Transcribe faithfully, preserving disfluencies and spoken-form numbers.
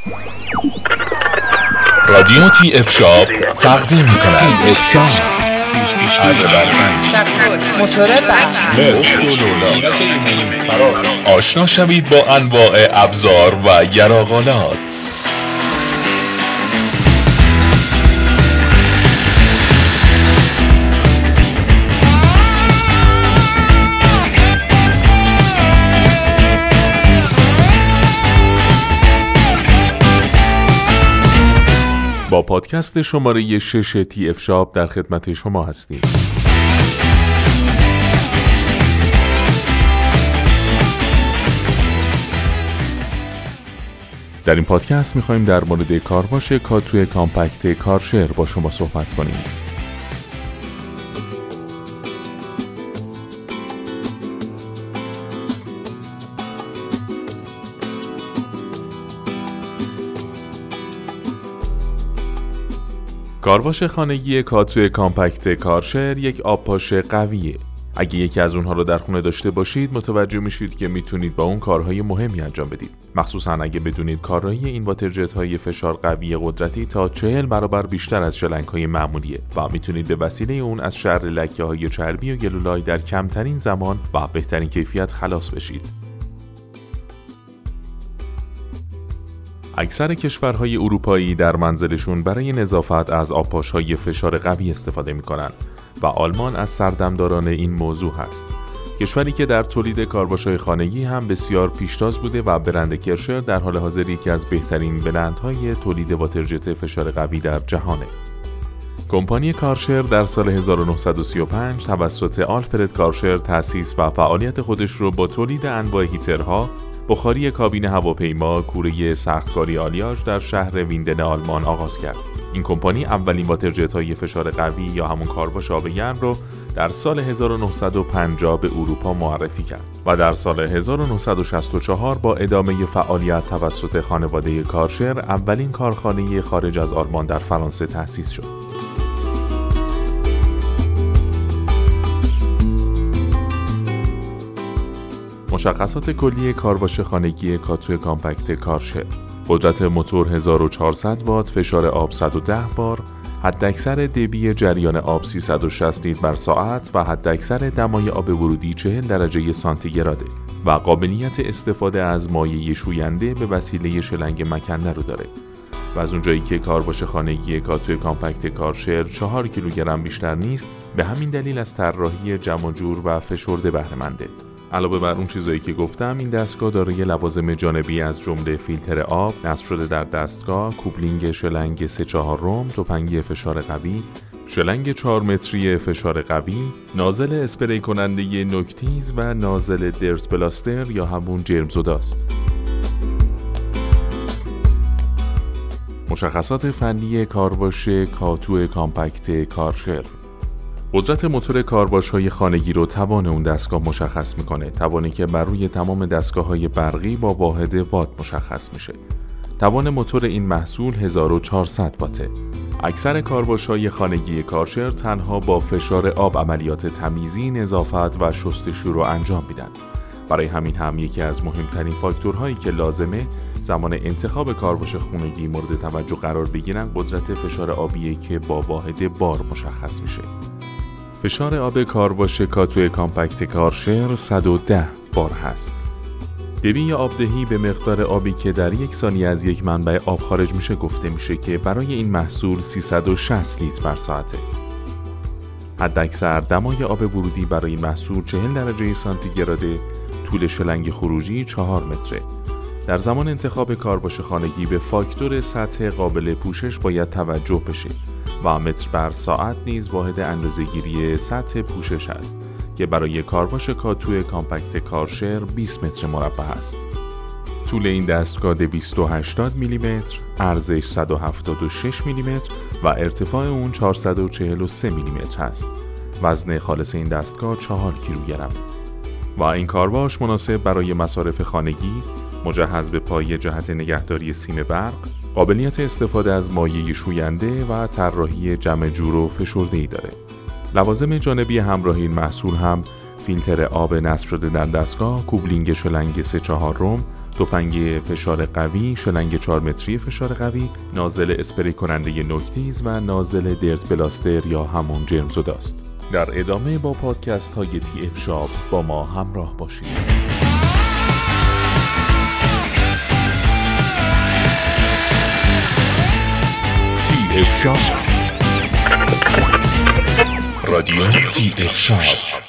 رادیو تی اف شاپ تقدیم می‌کند. تی اف شاپ موتور برقی آشنا شوید با انواع ابزار و یراقالات. با پادکست شماره شش تی اف شاپ در خدمت شما هستیم. در این پادکست می‌خوایم در مورد کارواش کاتوی کامپکت کارشر با شما صحبت کنیم. کارواش خانگی کاتوی کامپکت کارشر یک آبپاش قویه. اگه یکی از اونها رو در خونه داشته باشید متوجه میشید که میتونید با اون کارهای مهمی انجام بدید. مخصوصا اگه بدونید کارایی این واتر جت های فشار قوی قدرتی تا چهل برابر بیشتر از شلنگ های معمولیه و میتونید به وسیله اون از شر لکه های چربی و گلولای در کمترین زمان و بهترین کیفیت خلاص بشید. اکثر کشورهای اروپایی در منزلشون برای نظافت از آبپاش‌های فشار قوی استفاده می‌کنن و آلمان از سردمداران این موضوع هست. کشوری که در تولید کارباش‌های خانگی هم بسیار پیشتاز بوده و برند کرشر در حال حاضر یکی از بهترین برندهای تولید واترجت فشار قوی در جهانه. کمپانی کارشر در سال هزار و نهصد و سی و پنج توسط آلفرد کارشر تأسیس و فعالیت خودش رو با تولید انواع هیترها، بخاری کابین هواپیما، کوره سختکاری آلیاژ در شهر ویندن آلمان آغاز کرد. این کمپانی اولین واترجت‌های فشار قوی یا همون کارواش آب گرم رو در سال هزار و نهصد و پنجاه به اروپا معرفی کرد و در سال هزار و نهصد و شصت و چهار با ادامه فعالیت توسط خانواده کارشر اولین کارخانه خارج از آلمان در فرانسه تأسیس شد. مشخصات کلی کارواش خانگی کاتوی کامپکت کارشر: قدرت موتور هزار و چهارصد وات، فشار آب صد و ده بار، حداکثر دبی جریان آب سیصد و شصت لیتر بر ساعت و حداکثر دمای آب ورودی چهل درجه سانتیگراده و قابلیت استفاده از مایع شوینده به وسیله شلنگ مکنه رو داره. و از اونجایی که کارواش خانگی کاتوی کامپکت کارشر چهار کیلوگرم بیشتر نیست، به همین دلیل از طراحی جمع و جور و فشرده بهره منده. علاوه بر اون چیزایی که گفتم، این دستگاه دارای لوازم جانبی از جمله فیلتر آب، نصب شده در دستگاه، کوبلینگ شلنگ سه چهارم، تفنگی فشار قوی، شلنگ چهار متری فشار قوی، نازل اسپری کننده نوکتیز و نازل درز بلاستر یا همون جرمزداست. مشخصات فنی کارواش کاتوی کامپکت کارشر: قدرت موتور کارواش‌های خانگی رو توان اون دستگاه مشخص میکنه، توانی که بر روی تمام دستگاه‌های برقی با واحد وات مشخص میشه. توان موتور این محصول هزار و چهارصد واته. اکثر کارواش‌های خانگی کارشر تنها با فشار آب عملیات تمیزی، نظافت و شستشو رو انجام میدن. برای همین هم یکی از مهمترین فاکتورهایی که لازمه زمان انتخاب کارواش خانگی مورد توجه قرار بگیرن قدرت فشار آبیه که با واحد بار مشخص میشه. فشار آب کارواش کاتوی کامپکت کارشر صد و ده بار هست. دبی آبدهی به مقدار آبی که در یک ثانیه از یک منبع آب خارج میشه گفته میشه که برای این محصول سیصد و شصت لیتر بر ساعته. حداکثر دمای آب ورودی برای این محصول چهل درجه سانتیگراده، طول شلنگ خروجی چهار متره. در زمان انتخاب کارواش خانگی به فاکتور سطح قابل پوشش باید توجه بشه و متر بر ساعت نیز واحد اندازه‌گیری سطح پوشش است که برای کارواش کاتوی کامپکت کارشر بیست متر مربع است. طول این دستگاه دویست و هشتاد میلیمتر، عرضش صد و هفتاد و شش میلیمتر و ارتفاع اون چهارصد و چهل و سه میلیمتر است. وزن خالص این دستگاه چهار کیلوگرم و این کارواش مناسب برای مصارف خانگی، مجهز به پایه جهت نگهداری سیم برق، قابلیت استفاده از مایع شوینده و طراحی جمع جور و فشرده‌ای داره. لوازم جانبی همراه این محصول هم فیلتر آب نصب شده در دستگاه، کوبلینگ شلنگ سه چهارم، تفنگ فشار قوی، شلنگ چهار متری فشار قوی، نازل اسپری کننده نوک‌تیز و نازل درت بلاستر یا همون جرمزداست. در ادامه با پادکست های تی اف شاپ با ما همراه باشید. تی اف شاپ، رادیو تی اف شاپ.